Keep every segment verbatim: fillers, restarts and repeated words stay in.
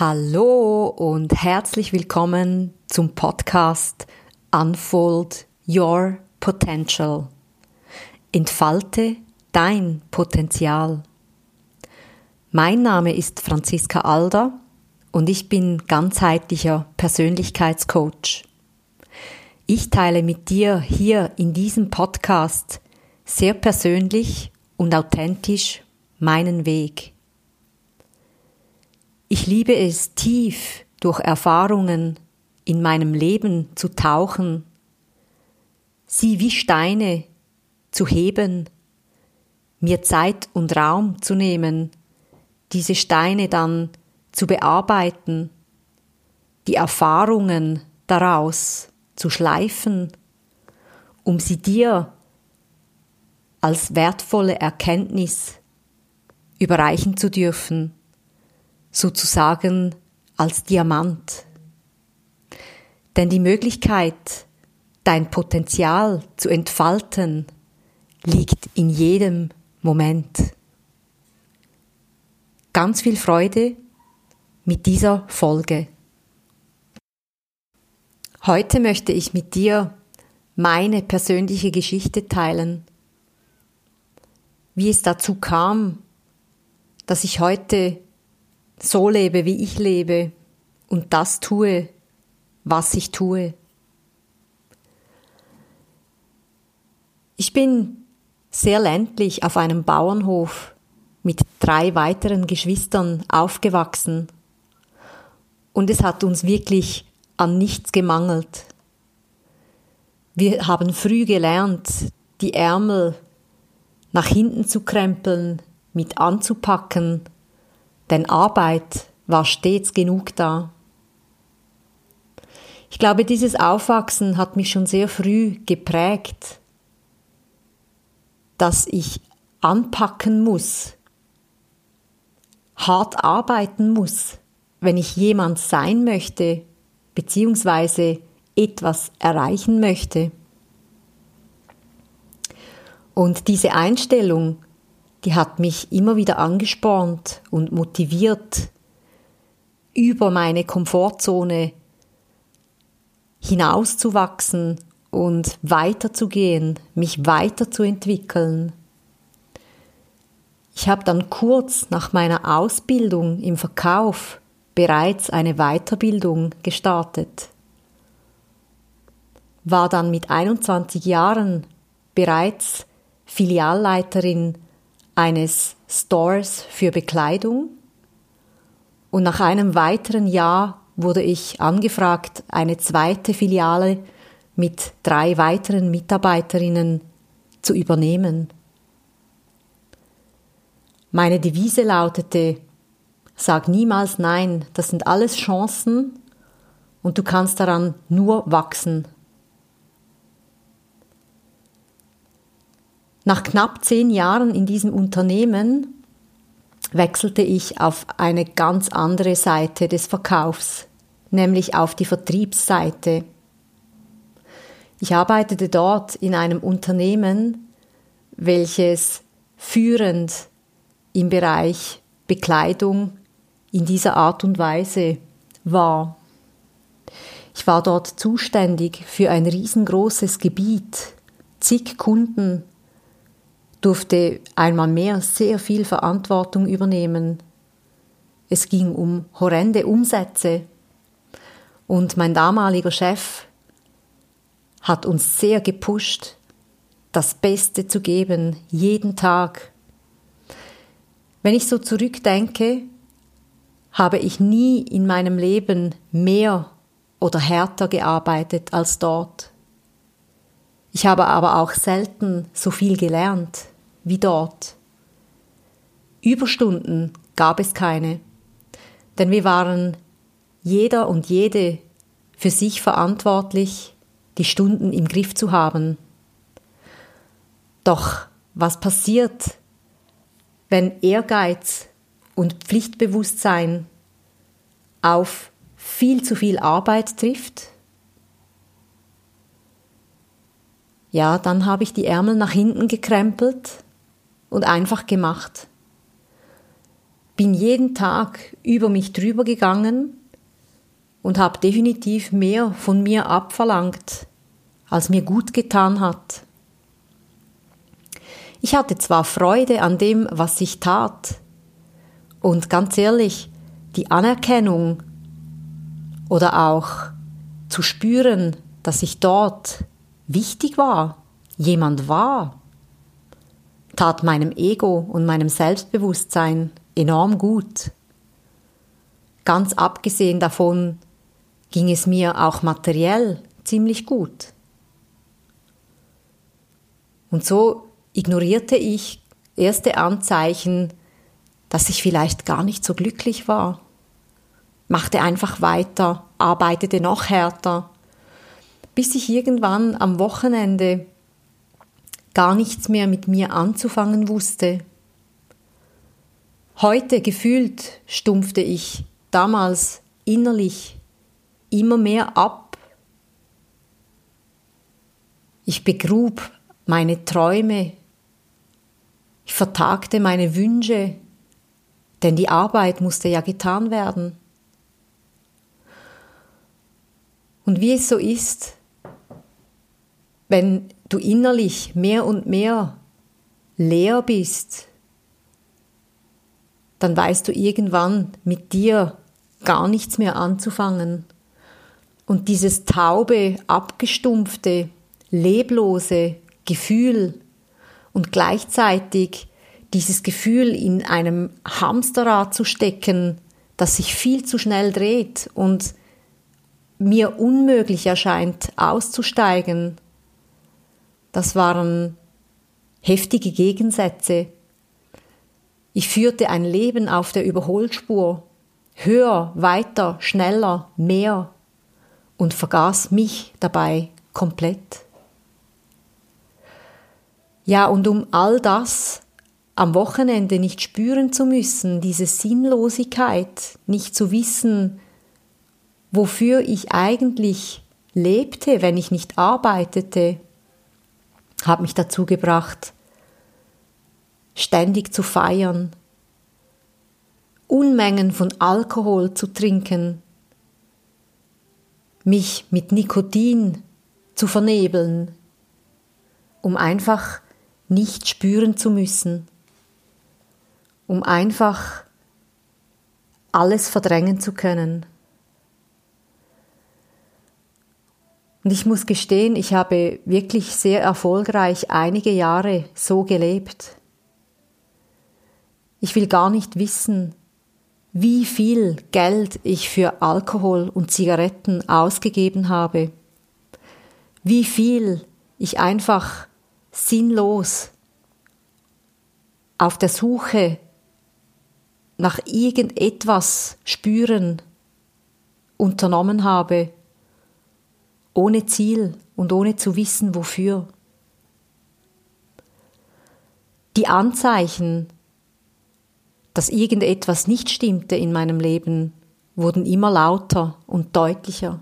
Hallo und herzlich willkommen zum Podcast Unfold Your Potential. Entfalte dein Potenzial. Mein Name ist Franziska Alder und ich bin ganzheitlicher Persönlichkeitscoach. Ich teile mit dir hier in diesem Podcast sehr persönlich und authentisch meinen Weg. Ich liebe es, tief durch Erfahrungen in meinem Leben zu tauchen, sie wie Steine zu heben, mir Zeit und Raum zu nehmen, diese Steine dann zu bearbeiten, die Erfahrungen daraus zu schleifen, um sie dir als wertvolle Erkenntnis überreichen zu dürfen, sozusagen als Diamant. Denn die Möglichkeit, dein Potenzial zu entfalten, liegt in jedem Moment. Ganz viel Freude mit dieser Folge. Heute möchte ich mit dir meine persönliche Geschichte teilen, wie es dazu kam, dass ich heute so lebe, wie ich lebe und das tue, was ich tue. Ich bin sehr ländlich auf einem Bauernhof mit drei weiteren Geschwistern aufgewachsen und es hat uns wirklich an nichts gemangelt. Wir haben früh gelernt, die Ärmel nach hinten zu krempeln, mit anzupacken, denn Arbeit war stets genug da. Ich glaube, dieses Aufwachsen hat mich schon sehr früh geprägt, dass ich anpacken muss, hart arbeiten muss, wenn ich jemand sein möchte, beziehungsweise etwas erreichen möchte. Und diese Einstellung, die hat mich immer wieder angespornt und motiviert, über meine Komfortzone hinauszuwachsen und weiterzugehen, mich weiterzuentwickeln. Ich habe dann kurz nach meiner Ausbildung im Verkauf bereits eine Weiterbildung gestartet, war dann mit einundzwanzig Jahren bereits Filialleiterin eines Stores für Bekleidung und nach einem weiteren Jahr wurde ich angefragt, eine zweite Filiale mit drei weiteren Mitarbeiterinnen zu übernehmen. Meine Devise lautete: Sag niemals nein, das sind alles Chancen und du kannst daran nur wachsen. Nach knapp zehn Jahren in diesem Unternehmen wechselte ich auf eine ganz andere Seite des Verkaufs, nämlich auf die Vertriebsseite. Ich arbeitete dort in einem Unternehmen, welches führend im Bereich Bekleidung in dieser Art und Weise war. Ich war dort zuständig für ein riesengroßes Gebiet, zig Kunden, durfte einmal mehr sehr viel Verantwortung übernehmen. Es ging um horrende Umsätze und mein damaliger Chef hat uns sehr gepusht, das Beste zu geben, jeden Tag. Wenn ich so zurückdenke, habe ich nie in meinem Leben mehr oder härter gearbeitet als dort. Ich habe aber auch selten so viel gelernt wie dort. Überstunden gab es keine, denn wir waren jeder und jede für sich verantwortlich, die Stunden im Griff zu haben. Doch was passiert, wenn Ehrgeiz und Pflichtbewusstsein auf viel zu viel Arbeit trifft? Ja, dann habe ich die Ärmel nach hinten gekrempelt und einfach gemacht. bin jeden Tag über mich drüber gegangen und habe definitiv mehr von mir abverlangt, als mir gut getan hat. Ich hatte zwar Freude an dem, was ich tat, und ganz ehrlich, die Anerkennung oder auch zu spüren, dass ich dort wichtig war, jemand war, tat meinem Ego und meinem Selbstbewusstsein enorm gut. Ganz abgesehen davon ging es mir auch materiell ziemlich gut. Und so ignorierte ich erste Anzeichen, dass ich vielleicht gar nicht so glücklich war. Machte einfach weiter, arbeitete noch härter, bis ich irgendwann am Wochenende gar nichts mehr mit mir anzufangen wusste. Heute gefühlt stumpfte ich damals innerlich immer mehr ab. Ich begrub meine Träume, ich vertagte meine Wünsche, denn die Arbeit musste ja getan werden. Und wie es so ist, wenn du innerlich mehr und mehr leer bist, dann weißt du irgendwann mit dir gar nichts mehr anzufangen. Und dieses taube, abgestumpfte, leblose Gefühl und gleichzeitig dieses Gefühl, in einem Hamsterrad zu stecken, das sich viel zu schnell dreht und mir unmöglich erscheint, auszusteigen, das waren heftige Gegensätze. Ich führte ein Leben auf der Überholspur, höher, weiter, schneller, mehr und vergaß mich dabei komplett. Ja, und um all das am Wochenende nicht spüren zu müssen, diese Sinnlosigkeit, nicht zu wissen, wofür ich eigentlich lebte, wenn ich nicht arbeitete, hat mich dazu gebracht, ständig zu feiern, Unmengen von Alkohol zu trinken, mich mit Nikotin zu vernebeln, um einfach nicht spüren zu müssen, um einfach alles verdrängen zu können. Und ich muss gestehen, ich habe wirklich sehr erfolgreich einige Jahre so gelebt. Ich will gar nicht wissen, wie viel Geld ich für Alkohol und Zigaretten ausgegeben habe, wie viel ich einfach sinnlos auf der Suche nach irgendetwas spüren unternommen habe, ohne Ziel und ohne zu wissen, wofür. Die Anzeichen, dass irgendetwas nicht stimmte in meinem Leben, wurden immer lauter und deutlicher.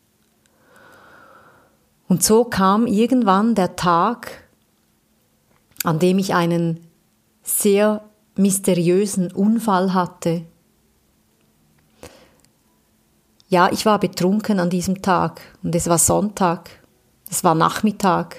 Und so kam irgendwann der Tag, an dem ich einen sehr mysteriösen Unfall hatte. Ja, ich war betrunken an diesem Tag und es war Sonntag, es war Nachmittag.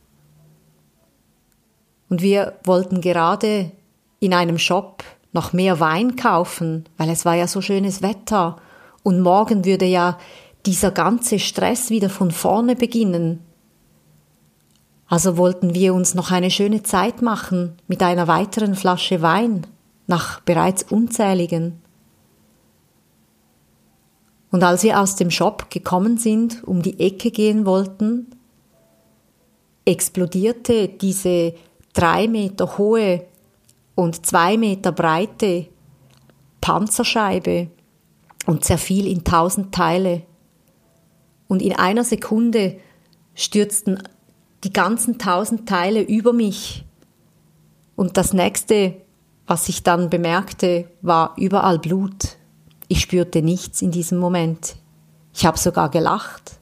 Und wir wollten gerade in einem Shop noch mehr Wein kaufen, weil es war ja so schönes Wetter und morgen würde ja dieser ganze Stress wieder von vorne beginnen. Also wollten wir uns noch eine schöne Zeit machen mit einer weiteren Flasche Wein nach bereits unzähligen. Und als wir aus dem Shop gekommen sind, um die Ecke gehen wollten, explodierte diese drei Meter hohe und zwei Meter breite Panzerscheibe und zerfiel in tausend Teile. Und in einer Sekunde stürzten die ganzen tausend Teile über mich. Und das nächste, was ich dann bemerkte, war überall Blut. Ich spürte nichts in diesem Moment. Ich habe sogar gelacht.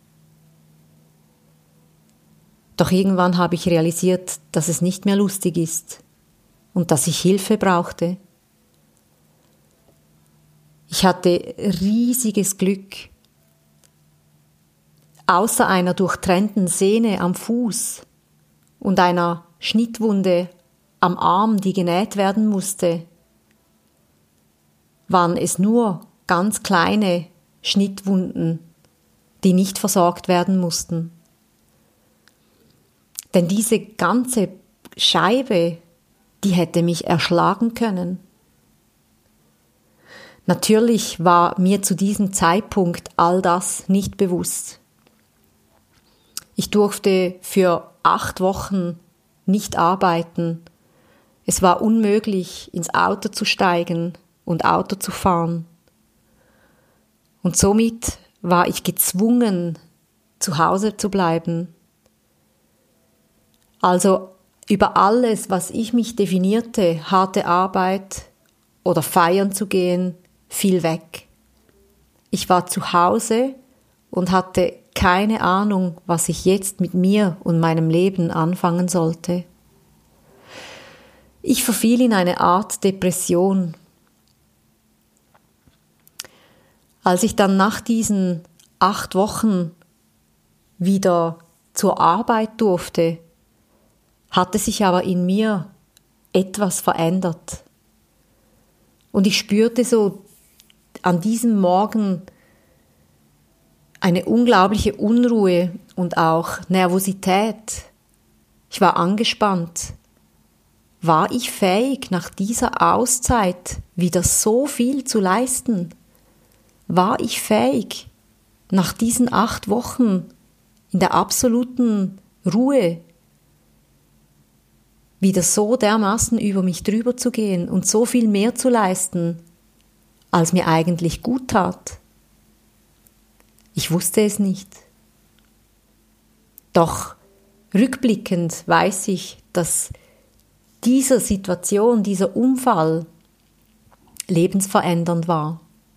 Doch irgendwann habe ich realisiert, dass es nicht mehr lustig ist und dass ich Hilfe brauchte. Ich hatte riesiges Glück. Außer einer durchtrennten Sehne am Fuß und einer Schnittwunde am Arm, die genäht werden musste, waren es nur ganz kleine Schnittwunden, die nicht versorgt werden mussten. Denn diese ganze Scheibe, die hätte mich erschlagen können. Natürlich war mir zu diesem Zeitpunkt all das nicht bewusst. Ich durfte für acht Wochen nicht arbeiten. Es war unmöglich, ins Auto zu steigen und Auto zu fahren. Und somit war ich gezwungen, zu Hause zu bleiben. Also über alles, was ich mich definierte, harte Arbeit oder feiern zu gehen, fiel weg. Ich war zu Hause und hatte keine Ahnung, was ich jetzt mit mir und meinem Leben anfangen sollte. Ich verfiel in eine Art Depression. Als ich dann nach diesen acht Wochen wieder zur Arbeit durfte, hatte sich aber in mir etwas verändert. Und ich spürte so an diesem Morgen eine unglaubliche Unruhe und auch Nervosität. Ich war angespannt. War ich fähig, nach dieser Auszeit wieder so viel zu leisten? War ich fähig, nach diesen acht Wochen in der absoluten Ruhe wieder so dermaßen über mich drüber zu gehen und so viel mehr zu leisten, als mir eigentlich gut tat? Ich wusste es nicht. Doch rückblickend weiß ich, dass diese Situation, dieser Unfall lebensverändernd war.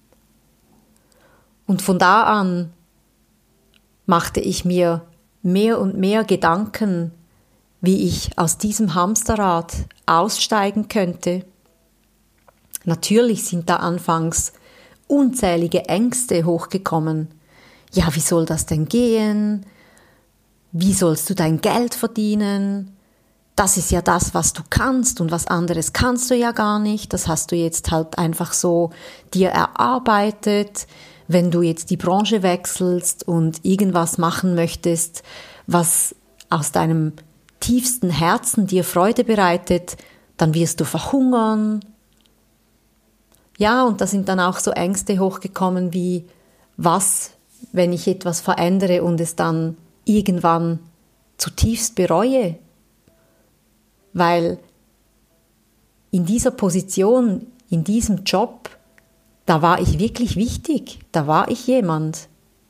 Und von da an machte ich mir mehr und mehr Gedanken, wie ich aus diesem Hamsterrad aussteigen könnte. Natürlich sind da anfangs unzählige Ängste hochgekommen. Ja, wie soll das denn gehen? Wie sollst du dein Geld verdienen? Das ist ja das, was du kannst, und was anderes kannst du ja gar nicht. Das hast du jetzt halt einfach so dir erarbeitet. Wenn du jetzt die Branche wechselst und irgendwas machen möchtest, was aus deinem tiefsten Herzen dir Freude bereitet, dann wirst du verhungern. Ja, und da sind dann auch so Ängste hochgekommen wie, was, wenn ich etwas verändere und es dann irgendwann zutiefst bereue? Weil in dieser Position, in diesem Job, da war ich wirklich wichtig, da war ich jemand.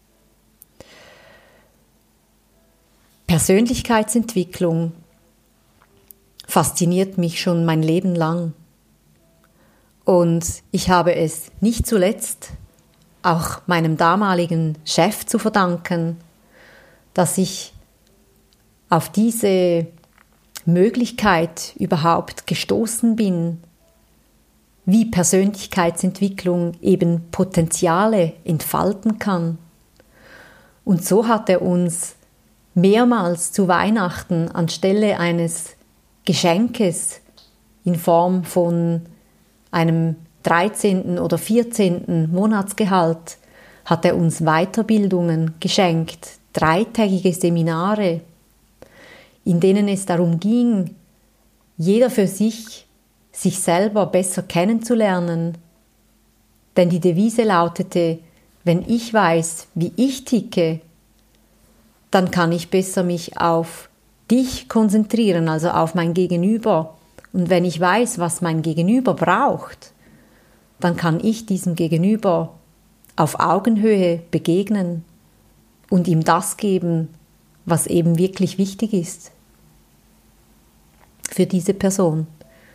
Persönlichkeitsentwicklung fasziniert mich schon mein Leben lang. Und ich habe es nicht zuletzt auch meinem damaligen Chef zu verdanken, dass ich auf diese Möglichkeit überhaupt gestoßen bin, wie Persönlichkeitsentwicklung eben Potenziale entfalten kann. Und so hat er uns mehrmals zu Weihnachten anstelle eines Geschenkes in Form von einem dreizehnten oder vierzehnten Monatsgehalt hat er uns Weiterbildungen geschenkt, dreitägige Seminare, in denen es darum ging, jeder für sich, sich selber besser kennenzulernen. Denn die Devise lautete, wenn ich weiß, wie ich ticke, dann kann ich besser mich auf dich konzentrieren, also auf mein Gegenüber. Und wenn ich weiß, was mein Gegenüber braucht, dann kann ich diesem Gegenüber auf Augenhöhe begegnen und ihm das geben, was eben wirklich wichtig ist für diese Person.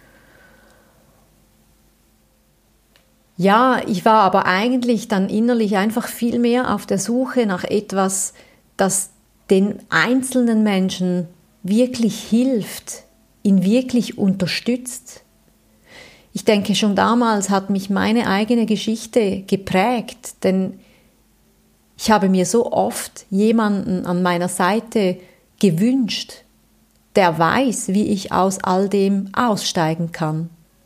Ja, ich war aber eigentlich dann innerlich einfach viel mehr auf der Suche nach etwas, das den einzelnen Menschen wirklich hilft, ihn wirklich unterstützt. Ich denke, schon damals hat mich meine eigene Geschichte geprägt, denn ich habe mir so oft jemanden an meiner Seite gewünscht, der weiß, wie ich aus all dem aussteigen kann.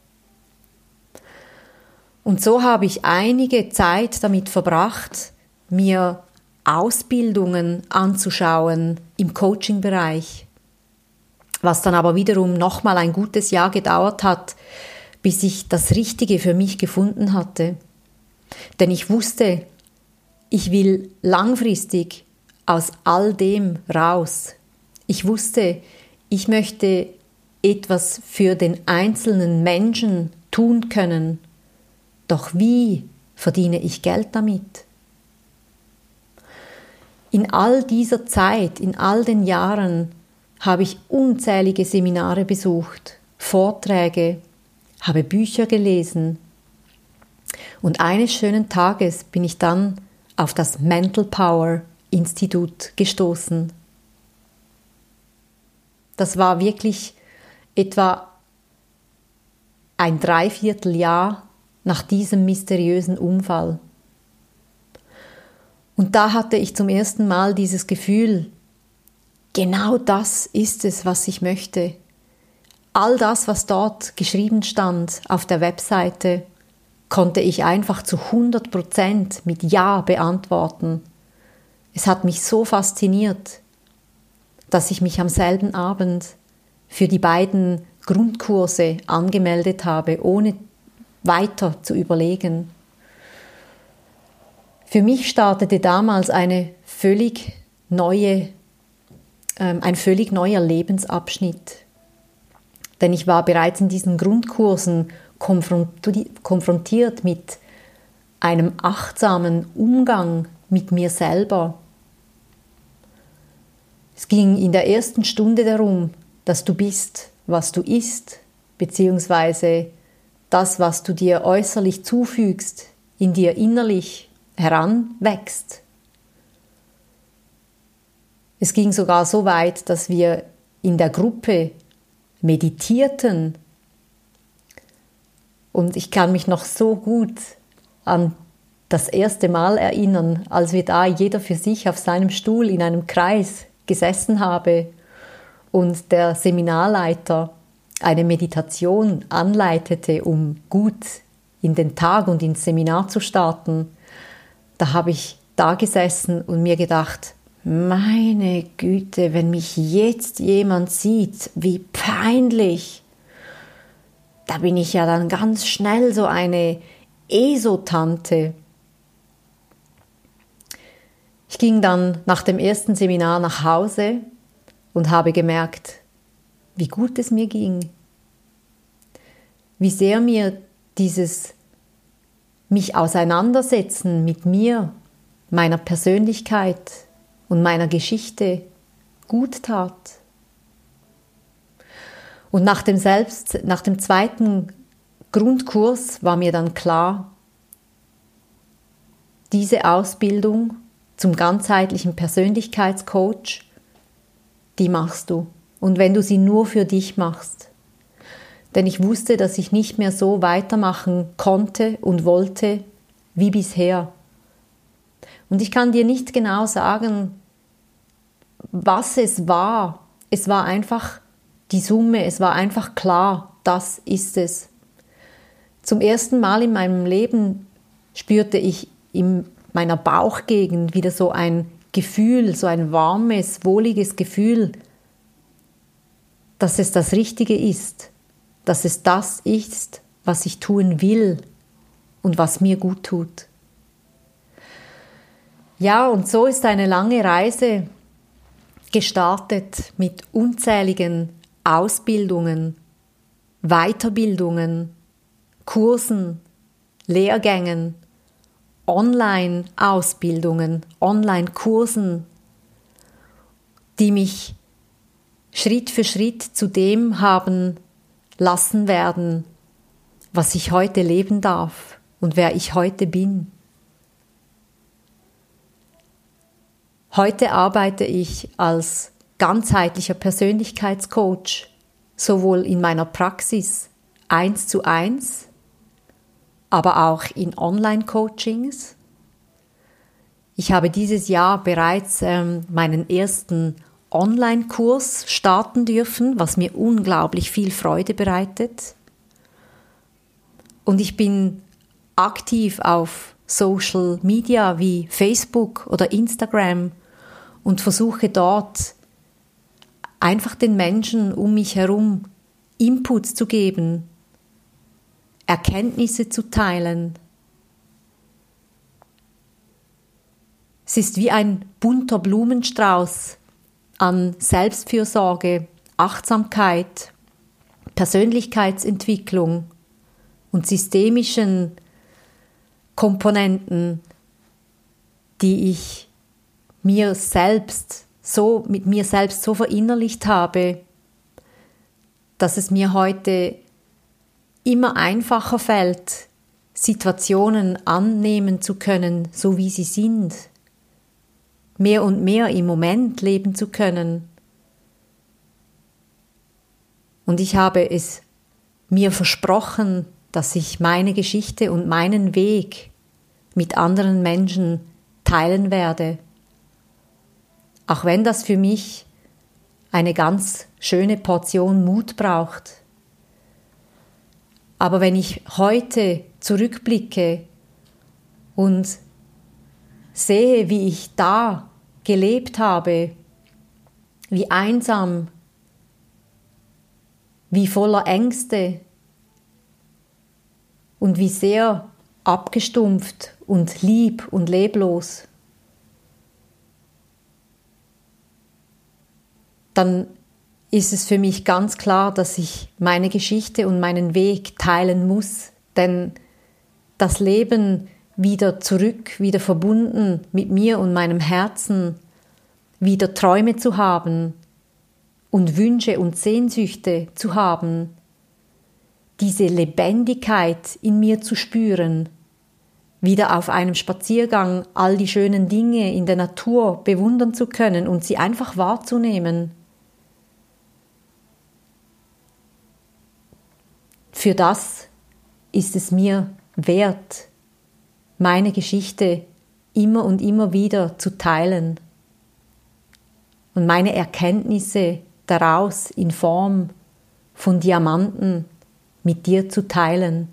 Und so habe ich einige Zeit damit verbracht, mir Ausbildungen anzuschauen im Coaching-Bereich, was dann aber wiederum nochmal ein gutes Jahr gedauert hat, bis ich das Richtige für mich gefunden hatte. Denn ich wusste, ich will langfristig aus all dem raus. Ich wusste, ich möchte etwas für den einzelnen Menschen tun können. Doch wie verdiene ich Geld damit? In all dieser Zeit, in all den Jahren habe ich unzählige Seminare besucht, Vorträge, habe Bücher gelesen. Und eines schönen Tages bin ich dann auf das Mental Power Institut gestoßen. Das war wirklich etwa ein Dreivierteljahr nach diesem mysteriösen Unfall. Und da hatte ich zum ersten Mal dieses Gefühl, genau das ist es, was ich möchte. All das, was dort geschrieben stand auf der Webseite, konnte ich einfach zu hundert Prozent mit Ja beantworten. Es hat mich so fasziniert, dass ich mich am selben Abend für die beiden Grundkurse angemeldet habe, ohne weiter zu überlegen. Für mich startete damals eine völlig neue, ähm, ein völlig neuer Lebensabschnitt. Denn ich war bereits in diesen Grundkursen konfrontiert mit einem achtsamen Umgang mit mir selber. Es ging in der ersten Stunde darum, dass du bist, was du isst, beziehungsweise das, was du dir äußerlich zufügst, in dir innerlich heranwächst. Es ging sogar so weit, dass wir in der Gruppe meditierten. Und ich kann mich noch so gut an das erste Mal erinnern, als wir da jeder für sich auf seinem Stuhl in einem Kreis gesessen habe und der Seminarleiter eine Meditation anleitete, um gut in den Tag und ins Seminar zu starten. Da habe ich da gesessen und mir gedacht, meine Güte, wenn mich jetzt jemand sieht, wie peinlich. Da bin ich ja dann ganz schnell so eine ESO-Tante. Ich ging dann nach dem ersten Seminar nach Hause und habe gemerkt, wie gut es mir ging. Wie sehr mir dieses mich auseinandersetzen mit mir, meiner Persönlichkeit und meiner Geschichte gut tat. Und nach dem, Selbst, nach dem zweiten Grundkurs war mir dann klar, diese Ausbildung zum ganzheitlichen Persönlichkeitscoach, die machst du. Und wenn du sie nur für dich machst. Denn ich wusste, dass ich nicht mehr so weitermachen konnte und wollte wie bisher. Und ich kann dir nicht genau sagen, was es war. Es war einfach die Summe, es war einfach klar, das ist es. Zum ersten Mal in meinem Leben spürte ich in meiner Bauchgegend wieder so ein Gefühl, so ein warmes, wohliges Gefühl, dass es das Richtige ist, dass es das ist, was ich tun will und was mir gut tut. Ja, und so ist eine lange Reise gestartet mit unzähligen Ausbildungen, Weiterbildungen, Kursen, Lehrgängen, Online-Ausbildungen, Online-Kursen, die mich Schritt für Schritt zu dem haben lassen werden, was ich heute leben darf und wer ich heute bin. Heute arbeite ich als ganzheitlicher Persönlichkeitscoach, sowohl in meiner Praxis eins zu eins, aber auch in Online-Coachings. Ich habe dieses Jahr bereits ähm, meinen ersten Online-Kurs starten dürfen, was mir unglaublich viel Freude bereitet. Und ich bin aktiv auf Social Media wie Facebook oder Instagram und versuche dort einfach den Menschen um mich herum Inputs zu geben, Erkenntnisse zu teilen. Es ist wie ein bunter Blumenstrauß an Selbstfürsorge, Achtsamkeit, Persönlichkeitsentwicklung und systemischen Komponenten, die ich mir selbst so, mit mir selbst so verinnerlicht habe, dass es mir heute immer einfacher fällt, Situationen annehmen zu können, so wie sie sind, mehr und mehr im Moment leben zu können. Und ich habe es mir versprochen, dass ich meine Geschichte und meinen Weg mit anderen Menschen teilen werde. Auch wenn das für mich eine ganz schöne Portion Mut braucht. Aber wenn ich heute zurückblicke und sehe, wie ich da gelebt habe, wie einsam, wie voller Ängste und wie sehr abgestumpft und lieb und leblos, dann ist es für mich ganz klar, dass ich meine Geschichte und meinen Weg teilen muss, denn das Leben wieder zurück, wieder verbunden mit mir und meinem Herzen, wieder Träume zu haben und Wünsche und Sehnsüchte zu haben, diese Lebendigkeit in mir zu spüren, wieder auf einem Spaziergang all die schönen Dinge in der Natur bewundern zu können und sie einfach wahrzunehmen. Für das ist es mir wert, meine Geschichte immer und immer wieder zu teilen und meine Erkenntnisse daraus in Form von Diamanten mit dir zu teilen.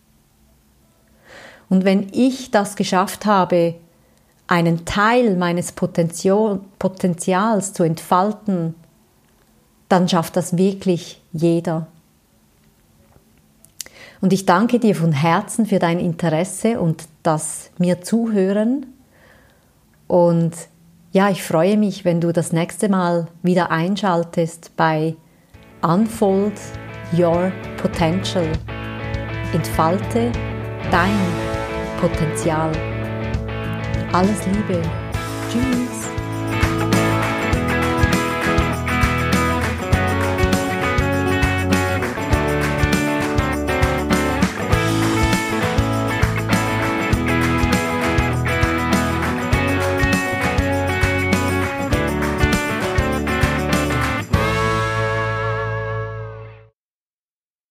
Und wenn ich das geschafft habe, einen Teil meines Potenzial, Potenzials zu entfalten, dann schafft das wirklich jeder. Und ich danke dir von Herzen für dein Interesse und das mir Zuhören. Und ja, ich freue mich, wenn du das nächste Mal wieder einschaltest bei Unfold Your Potential. Entfalte dein Potenzial. Alles Liebe. Tschüss.